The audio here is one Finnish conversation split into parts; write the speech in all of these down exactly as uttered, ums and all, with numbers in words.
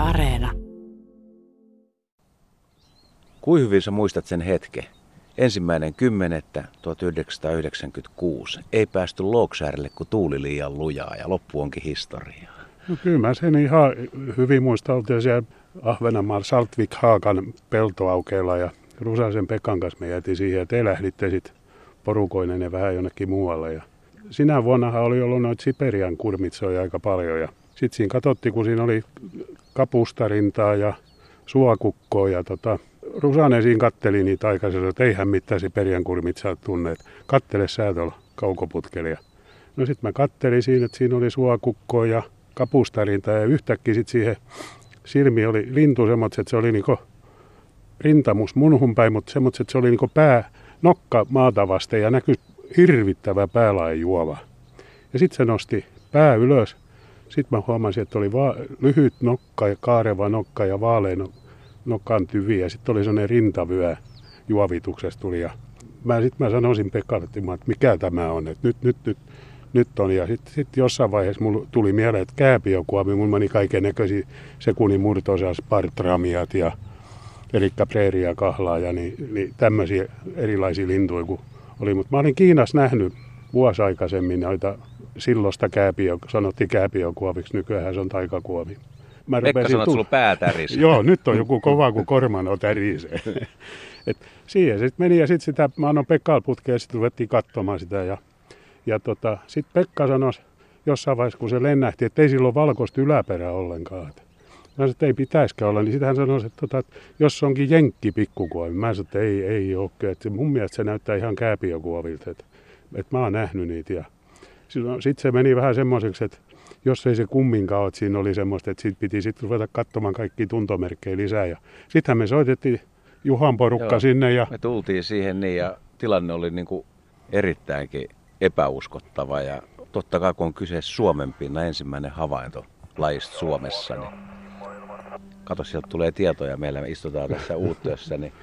Areena. Kuin hyvin sä muistat sen hetken? Ensimmäinen kymmenettä tuhatyhdeksänsataayhdeksänkymmentäkuusi. Ei päästy Looksäärelle, kun tuuli liian lujaa ja loppu onkin historiaa. No kyllä mä sen ihan hyvin muistan. Oltiin siellä Ahvenanmaan Saltvik-Haakan peltoaukeella ja Rusasen Pekan kanssa me jäätiin siihen, että te lähditte sitten porukoinen ja vähän jonnekin muualle. Ja sinä vuonnahan oli ollut noita Siperian kurmitsoja aika paljon ja sitten siinä katsottiin, kun siinä oli kapustarintaa ja suokukkoa ja tota, Rusanen siinä katteli niitä aikaisella, että eihän mitään Siperian kurmitsaa tunne, kattele sä tuolla kaukoputkelia. No sitten mä kattelin siinä, että siinä oli suokukkoa ja kapustarintaa ja yhtäkkiä sitten siihen silmi oli lintu semmoiset, että se oli niinku rintamus munhun päin, mutta semmoiset, että se oli niinku pää, nokka maata vasten ja näkyi hirvittävä päälaen juova. Ja sitten se nosti pää ylös. Sitten mä huomasin, että oli va- lyhyt nokka ja kaareva nokka ja vaalean nokkan tyvi ja sitten oli sellainen rintavyö juovituksesta tuli. Ja mä, sitten mä sanoisin Pekalle, että mikä tämä on, että nyt, nyt, nyt, nyt on. Ja sitten sit jossain vaiheessa mulla tuli mieleen, että kääpiökuomi, mulla meni kaiken näköisiä sekunnin murto-osa spartramiat ja eli preeria kahlaa ja niin, niin tämmöisiä erilaisia lintuja kuin oli. Mutta mä olin Kiinassa nähnyt vuosi aikaisemmin noita silloista kääpiö, sanottiin kääpiökuoviksi, nykyään se on taikakuovi. Mä Pekka sanoi, että sulla pää tärisee. Joo, nyt on joku kova, kun kormano tärisee. Et siihen se sitten meni ja sitten sitä, mä annoin Pekkalle putkeen ja sitten ruvettiin katsomaan sitä. Ja, ja tota, sitten Pekka sanoi jossain vaiheessa, kun se lennähti, että ei sillä ole valkoista yläperää ollenkaan. Mä sanoin, että ei pitäisikään olla, niin sitten hän sanoi, että, tota, että jos se onkin jenkki pikkukuovi. Mä sanoin, että ei, ei ole. Että mun mielestä se näyttää ihan kääpiökuovilta, että, että mä oon nähnyt niitä. Ja sitten se meni vähän semmoiseksi, että jos ei se kumminkaan ole, että siinä oli semmoista, että siitä piti sitten ruveta katsomaan kaikkia tuntomerkkejä lisää. Ja sittenhän me soitettiin Juhan porukka Joo, sinne. Ja me tultiin siihen niin ja tilanne oli niin kuin erittäinkin epäuskottava. Ja totta kai kun on kyseessä Suomen pinnan ensimmäinen havainto lajista Suomessa, niin kato, sieltä tulee tietoja. Meillä me istutaan tässä Uuttössä, niin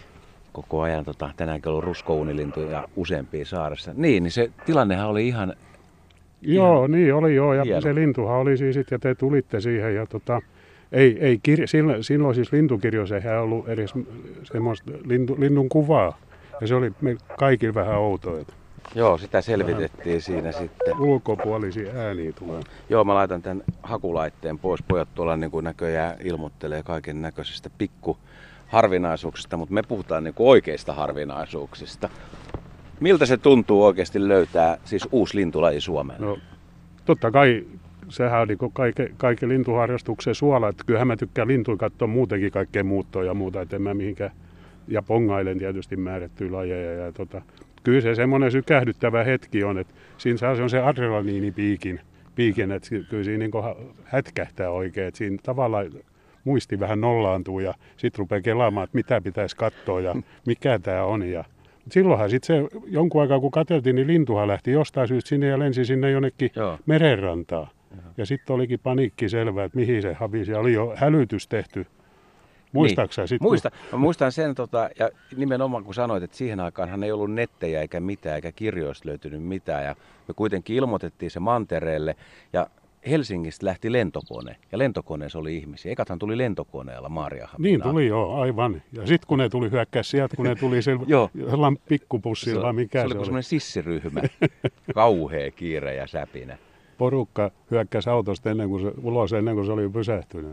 koko ajan tota, tänäänkin on ollut ruskounilintuja useampia saaressa. Niin, niin se tilannehan oli ihan... Joo, ihan niin oli joo. Ja hieno. Se lintuhan oli siis ja te tulitte siihen. Ja tota, ei, ei kirja, silloin, silloin siis lintukirjoissa eihän ollut edes semmoista lintu, linnun kuvaa. Ja se oli me kaikille vähän outoa. Joo, sitä selvitettiin vähän siinä sitten. Ulkopuolisia ääniä tulee. Joo, mä laitan tämän hakulaitteen pois. Pojat tuolla niin kuin näköjään ilmoittelee kaiken näköisestä pikku harvinaisuuksista, mutta me puhutaan niin kuin oikeista harvinaisuuksista. Miltä se tuntuu oikeasti löytää siis uusi lintulaji Suomeen? No, totta kai sehän on niin kaiken, kaiken lintuharrastuksen suola. Että kyllähän mä tykkään lintuja katsoa muutenkin kaikkea muuttoa ja muuta, että en mä mihinkään. Ja pongailen tietysti määrättyjä lajeja. Ja tota, kyllä se semmoinen sykähdyttävä hetki on, että siinä saa se on se adrenaliinipiikin, piikin, että kyllä siinä niin hätkähtää oikein. Että siinä tavallaan muisti vähän nollaantuu ja sitten rupeaa kelaamaan, että mitä pitäisi katsoa ja mikä tämä on. Ja silloinhan sitten se jonkun aikaa kun katseltiin, niin lintuhan lähti jostain syystä sinne ja lensi sinne jonnekin Joo. merenrantaan. Joo. Ja sitten olikin paniikki selvää, että mihin se havisi ja oli jo hälytys tehty. Muistatko niin. sit, Muista, mä muistan sen, tota, ja nimenomaan kun sanoit, että siihen aikaanhan ei ollut nettejä eikä mitään, eikä kirjoista löytynyt mitään. Ja me kuitenkin ilmoitettiin se mantereelle ja Helsingistä lähti lentokone ja lentokoneessa oli ihmisiä. Ekathan tuli lentokoneella Maarianhaminaan. Niin tuli joo, aivan. Ja sitten kun ne tuli hyökkäs sieltä, kun ne tuli sellainen pikkupussilla, se, mikä se, se oli. Se oli semmoinen sissiryhmä, kauhea kiire ja säpinä. Porukka hyökkäsi autosta ennen kuin se, ulos ennen kuin se oli pysähtynyt.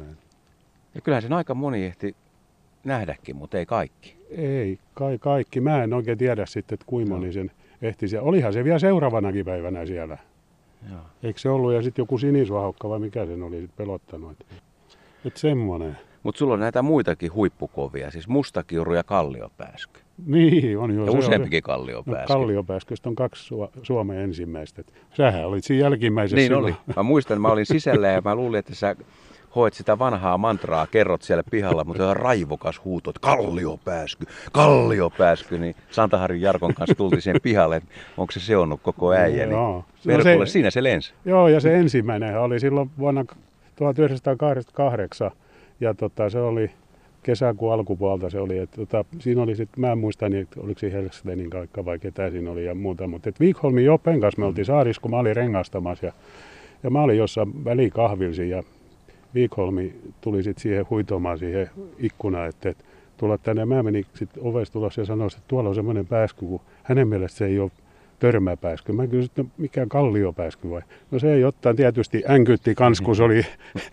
Ja kyllähän sen aika moni ehti nähdäkin, mutta ei kaikki. Ei, kai kaikki. Mä en oikein tiedä sitten, että kuinka moni sen ehti siellä. Olihan se vielä seuraavanakin päivänä siellä. Joo. Eikö se ollut ja sitten joku sinisuohaukka vai mikä sen oli sit pelottanut? Että et semmoinen. Mutta sulla on näitä muitakin huippukovia, siis mustakiuru ja kalliopääsky. Niin, on jo. Ja useampikin kalliopääsky. No, kalliopääskystä on kaksi Su- Suomen ensimmäistä. Sähän olit siinä jälkimmäisessä. Niin silloin. Oli. Mä muistan, mä olin sisällä ja mä luulin, että sä hoet sitä vanhaa mantraa, kerrot siellä pihalla, mutta on raivokas huuto, että kalliopääsky, kalliopääsky, niin Santaharin Jarkon kanssa tultiin siihen pihalle, että onko se seonnut koko äijä, niin no, perkulle, no siinä se lensi. Joo, ja se ensimmäinen oli silloin vuonna tuhatyhdeksänsataakahdeksankymmentäkahdeksan, ja tota, se oli kesäkuun alkupuolta se oli, että tota, siinä oli sitten, mä en muista niin, että oliko se Helstenin kaikka vai ketä siinä oli ja muuta, mutta Vikholmin Jopen kanssa me oltiin saarissa, kun mä olin rengastamassa, ja, ja mä olin jossain välikahvilsin, ja Wikholmi tuli sitten siihen huitomaan siihen ikkunaan, että, että tulla tänne. Mä menin sitten ovesta tulos ja sanoin, että tuolla on semmoinen pääsky, kun hänen mielestä se ei ole törmäpääsky. Mä kysyin, että mikä kalliopääsky vai? No se ei ottaa, tietysti änkytti kans, kun se oli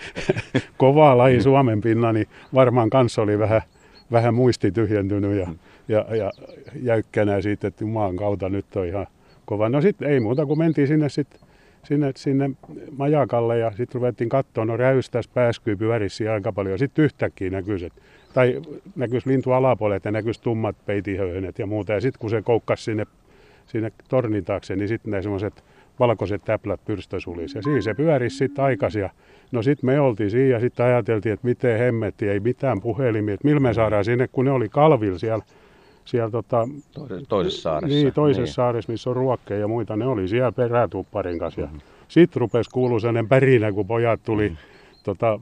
kova laji Suomen pinna, niin varmaan kans oli vähän, vähän muisti tyhjentynyt ja, ja, ja jäykkänä siitä, että Jumalan kautta nyt on ihan kova. No sitten ei muuta, kun mentiin sinne sitten sinne, sinne majakalle ja sitten ruvettiin katsoa, no räystäs pääskyy pyörissä aika paljon. Sitten yhtäkkiä näkyisi, tai näkyisi lintu alapuolet ja näkyisi tummat peitihöyhenet ja muuta. Ja sitten kun se koukkasi sinne, sinne tornin taakse, niin sitten ne semmoiset valkoiset täplät pyrstösulisi. Ja siinä se pyörisi sitten aikaisin. No sitten me oltiin siinä ja sitten ajateltiin, että miten hemmetti, ei mitään puhelimia, että millä me saadaan sinne, kun ne oli kalvilla siellä. Siellä tota, toisessa saaressa. Niin, toisessa niin. saaressa, missä on ruokkeja ja muita. Ne oli siellä perätupparin kanssa. Mm-hmm. Sitten rupesi kuulua sellainen pärinä, kun pojat tuli mm-hmm. tota,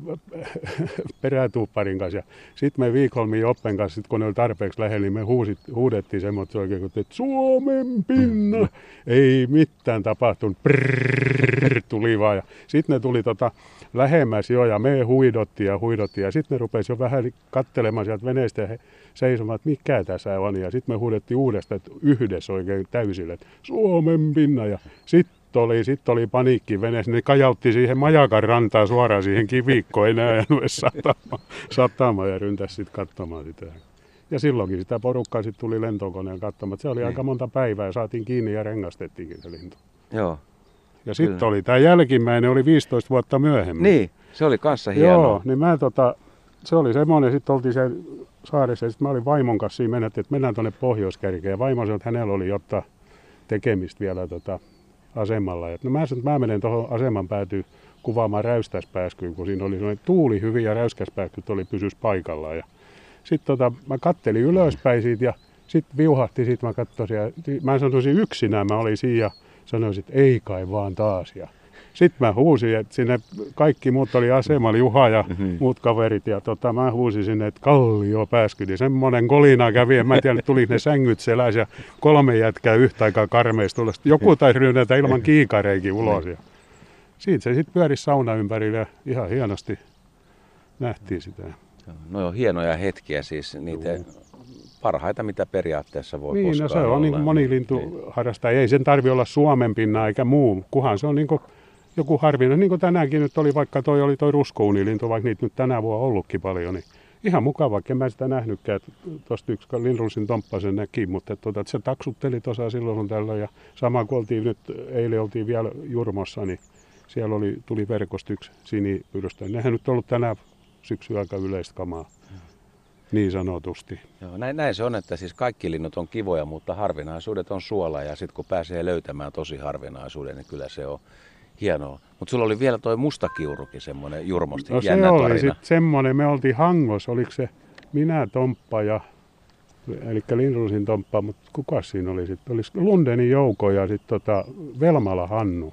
perätupparin kanssa. Sitten me Wikholmin Joppen kanssa, sit kun ne oli tarpeeksi lähellä, niin me huusit, huudettiin semmoista oikein, että Suomen pinna. Mm-hmm. Ei mitään tapahtunut. Prrrr, tuli vaan. Sitten ne tuli tota, lähemmäs jo ja me huidottiin ja huidottiin. Ja sitten ne rupesi jo vähän katselemaan sieltä veneestä ja he seisomaan, että mikä tässä on. Ja sitten me huudettiin uudestaan, että yhdessä oikein täysille, että Suomen pinna. Ja sitten oli, sit oli paniikki veneessä. Ne kajautti siihen majakan rantaan suoraan siihen kivikkoon enää ja rupesi satamaan, satamaan ja ryntäsi sitten katsomaan sitä. Ja silloinkin sitä porukkaa sitten tuli lentokoneen katsomaan. Se oli niin. aika monta päivää ja saatiin kiinni ja rengastettiinkin se lintu. Joo. Ja sitten oli tämä jälkimmäinen, oli viisitoista vuotta myöhemmin. Niin, se oli kanssa hienoa. Joo, niin mä tota, se oli semmoinen, sitten oltiin siellä saaressa ja sitten mä olin vaimon kanssa siinä menettiin, että mennään tuonne Pohjois-Kärkeen. Ja vaimo sanoi, että hänellä oli jotta tekemistä vielä tota asemalla. Ja no mä sanoin, että mä menen tuohon aseman päätyyn kuvaamaan räystäspääskyyn, kun siinä oli semmoinen tuuli hyvin ja räyskäspääskyt oli pysys paikallaan. Ja sitten tota, mä kattelin ylöspäin siitä ja sitten viuhahti siitä, mä katsoin ja mä sanoisin yksinään, mä olin siinä ja sanoisin, että ei kai vaan taas. Ja sitten mä huusin, että sinne kaikki muut oli asemalla, Juha ja mm-hmm. muut kaverit. Ja tota, mä huusin sinne, että kallio pääsky. Niin semmoinen kolina kävi. En mä tiedä, tuli ne sängyt selässä ja kolme jätkää yhtä aikaa karmeista. Joku taisi rynnätä ilman kiikareikin ulos. Ja siitä se sitten pyöri sauna ympärillä ja ihan hienosti nähtiin sitä. No on hienoja hetkiä siis, niitä Juu. parhaita, mitä periaatteessa voi niin, koskaan no se on olla. Niin moni lintu harrastaa. Ei sen tarvitse olla Suomen pinna eikä muu, kunhan se on niin kuin joku harvinainen. Niin kuin tänäänkin nyt oli, vaikka toi oli toi ruskouunilintu, vaikka niitä nyt tänä vuonna ollutkin paljon, niin ihan mukava, vaikka en mä sitä nähnytkään. Tuosta yksi Lindrosin Tomppa sen näki, mutta että, että se taksutteli tuossa silloin sun tällöin. Ja sama kuin oltiin nyt, eilen oltiin vielä Jurmossa, niin siellä oli, tuli verkosta yksi sinipyydöstä. Nehän nyt ollut tänä syksyn aika yleistä kamaa. Niin sanotusti. Joo, näin, näin se on, että siis kaikki linnut on kivoja, mutta harvinaisuudet on suola ja sitten kun pääsee löytämään tosi harvinaisuuden, niin kyllä se on hienoa. Mutta sulla oli vielä toi mustakiurukin semmoinen Jurmosti no jännä se oli tarina. sitten semmoinen, me oltiin Hangossa, oliko se minä Tomppa ja, eli Lindrosin Tomppa, mutta kuka siinä oli sitten? Oliko Lundenin Jouko ja sitten tota Velmala Hannu.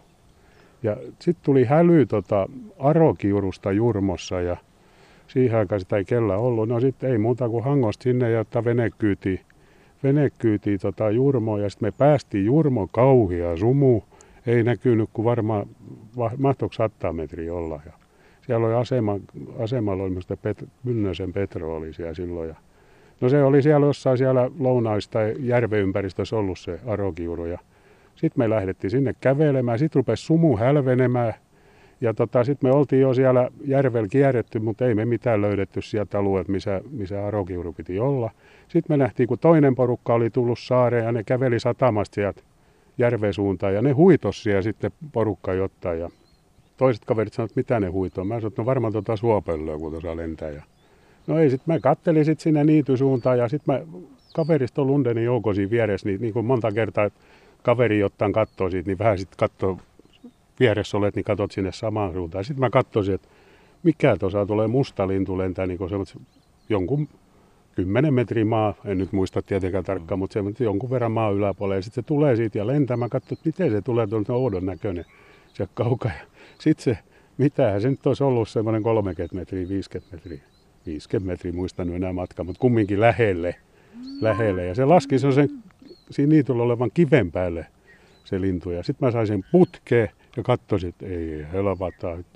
Ja sitten tuli häly tota Arokiurusta Jurmossa ja siihen aikaan sitä ei kellä ollut. No sitten ei muuta kuin Hangosta sinne ja ottaa venekyytiin, venekyytiin tota Jurmoon. Ja sitten me päästiin Jurmo kauhia sumu. Ei näkynyt kuin varmaan, mahtoiko sata metriä olla. Ja siellä oli asema, asemalla oli minusta Pet, Mynnösen Petro oli siellä silloin. Ja no se oli siellä jossain siellä lounais- tai järvenympäristössä ollut se Arokiuru. Ja sitten me lähdettiin sinne kävelemään. Sitten rupesi sumu hälvenemään. Ja tota, sitten me oltiin jo siellä järvellä kierretty, mutta ei me mitään löydetty sieltä alueelta, missä, missä Arokiuru piti olla. Sitten me nähtiin, kun toinen porukka oli tullut saareen ja ne käveli satamasta sieltä järven suuntaan. Ja ne huitos siellä sitten porukka jotain. Ja toiset kaverit sanoivat, että mitä ne huitoo. Mä sanoin, että no varmaan tuota suopöllöä, kun tuossa lentää. Ja no ei, sitten mä kattelin sitten sinne niitysuuntaan ja sitten mä kaverista Lundenin Jouko siinä vieressä, niin, niin kuin monta kertaa kaveri jotain katsoo siitä, niin vähän sitten katsoo vieressä olet, niin katsot sinne samaan suuntaan. Sitten mä katsoisin, että mikä tuossa tulee musta lintu lentää niin jonkun kymmenen metrin maa, en nyt muista tietenkään tarkkaan, mutta se jonkun verran maa yläpuolelle. Ja sitten se tulee siitä ja lentää. Mä katson, että miten se tulee, tuolla oudon näköinen se kaukaa. Sitten se, mitähän se nyt olisi ollut semmoinen kolmekymmentä metriä, viisikymmentä metriä. viisikymmentä metriä, muistan nyt enää matkaa, mutta kumminkin lähelle. lähelle. Ja se laski sen siinä niityllä olevan kiven päälle se lintu. Ja sitten mä sain sen putkeen ja katsoisin, että ei helvata.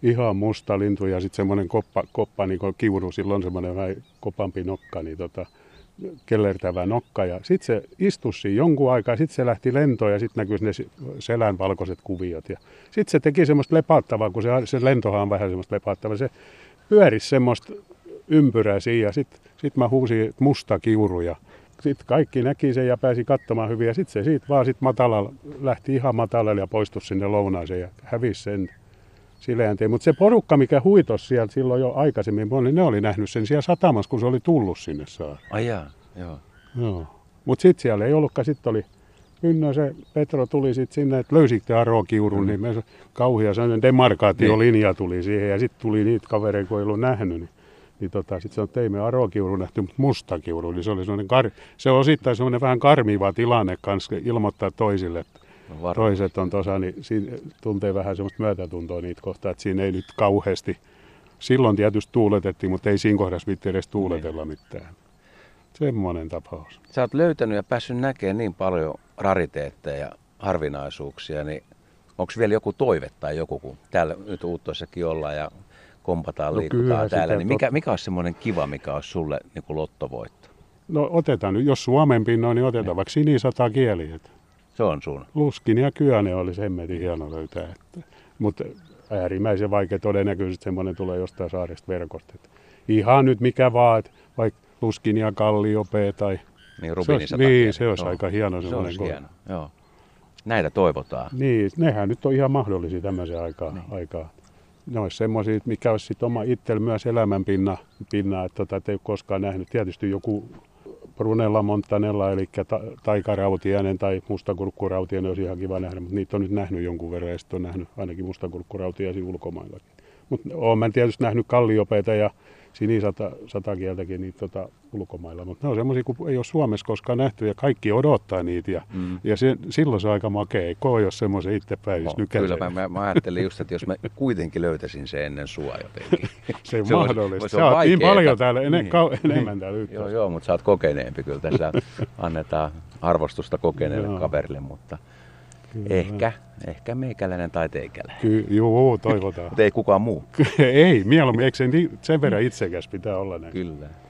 ihan musta lintu ja sitten semmoinen koppa, koppa niin kuin kiuru, silloin semmoinen vähän kopampi nokka, niin tota, kellertävä nokka. Ja sitten se istui jonkun aikaa, sitten se lähti lentoon ja sitten näkyi ne selän valkoiset kuviot. Ja sitten se teki semmoista lepattavaa, kun se, se lentohan on vähän semmoista lepattavaa. Se pyörisi semmoista ympyrää siinä ja sitten sit mä huusin musta kiuru ja sitten kaikki näki sen ja pääsi katsomaan hyvin ja sitten se siitä vaan sit matalalla, lähti ihan matalalle ja poistui sinne lounaaseen ja hävisi sen sileentiin. Mutta se porukka, mikä huitos sieltä silloin jo aikaisemmin, niin ne oli nähnyt sen siellä satamassa, kun se oli tullut sinne saareen. Ai jaa, joo. Joo. Mutta sitten siellä ei ollutkaan, sitten oli Ynnö, se Petro tuli sitten sinne, että löysitte Arokiurun, mm. niin me kauhea sellainen demarkaatiolinja tuli siihen ja sitten tuli niitä kavereita, kun ei ollut nähnyt. Niin, niin tota, sitten sanoi, että ei me Arokiuru nähty, mutta musta kiuru. Niin se, oli kar... se on osittain semmoinen vähän karmiva tilanne kanssa ilmoittaa toisille, että no toiset on tuossa, niin siinä tuntee vähän semmoista myötätuntoa niitä kohtaa, että siinä ei nyt kauheasti, silloin tietysti tuuletettiin, mutta ei siinä kohdassa viitti edes tuuletella mitään. Semmoinen tapaus. Sä oot löytänyt ja päässyt näkemään niin paljon rariteetteja ja harvinaisuuksia, niin onko vielä joku toive tai joku, kun täällä nyt Uuttoissakin ollaan ja kompataan, no liikutaan täällä, niin mikä, mikä olisi semmoinen kiva, mikä olisi sulle niin kuin lottovoitto? No otetaan nyt, jos Suomen pinnoin, niin otetaan vaikka sinisata kieli. Se on sun. Luskin ja Kyöne olisi hemmetin hieno löytää. Mutta äärimmäisen vaikea todennäköisesti semmoinen tulee jostain saaresta verkosta. Et ihan nyt mikä vaan, että vaikka Luskin ja Kalliope tai... Niin, rubiinisata Niin, kieli. se olisi Joo. aika hieno se semmoinen. olisi hieno, joo. Näitä toivotaan. Niin, nehän nyt on ihan mahdollisia tämmöisen aikaa. Niin. aikaa. Ne olisi semmoisia, mikä olisi sitten oma itsellä myös elämänpinna, pinna, että tota, et ei ole koskaan nähnyt. Tietysti joku Brunella Montanella, eli ta- taikarautiainen tai mustakurkkurautiainen olisi ihan kiva nähdä, mutta niitä on nyt nähnyt jonkun verran ja sitten on nähnyt ainakin mustakurkkurautiaisia ulkomaillakin. Mutta olen mä tietysti nähnyt kalliopeita ja sinisata satakieltäkin niitä tota, ulkomailla, mutta ne on semmoisia, kun ei ole Suomessa koskaan nähty ja kaikki odottaa niitä ja, mm. ja se, silloin se on aika makea, ei koe, jos semmoisen itse pääsisi no, nykäiseen. Kyllä mä, mä ajattelin just, että jos mä kuitenkin löytäisin sen ennen sua jotenkin. Se on se mahdollista. Olisi, sä oot niin paljon täällä, niin, ene, kau, niin, enemmän täällä yhteydessä. Joo, joo, mutta sä oot kokeneempi kyllä. Tässä annetaan arvostusta kokeneelle kaverille, mutta kyllä. ehkä, ehkä meikäläinen tai teikäläinen. Kyllä, joo, toivotaan. Mutta ei kukaan muu. Ei, mieluummin, eikö se niin, sen verran itsekäs pitää olla näin? Kyllä.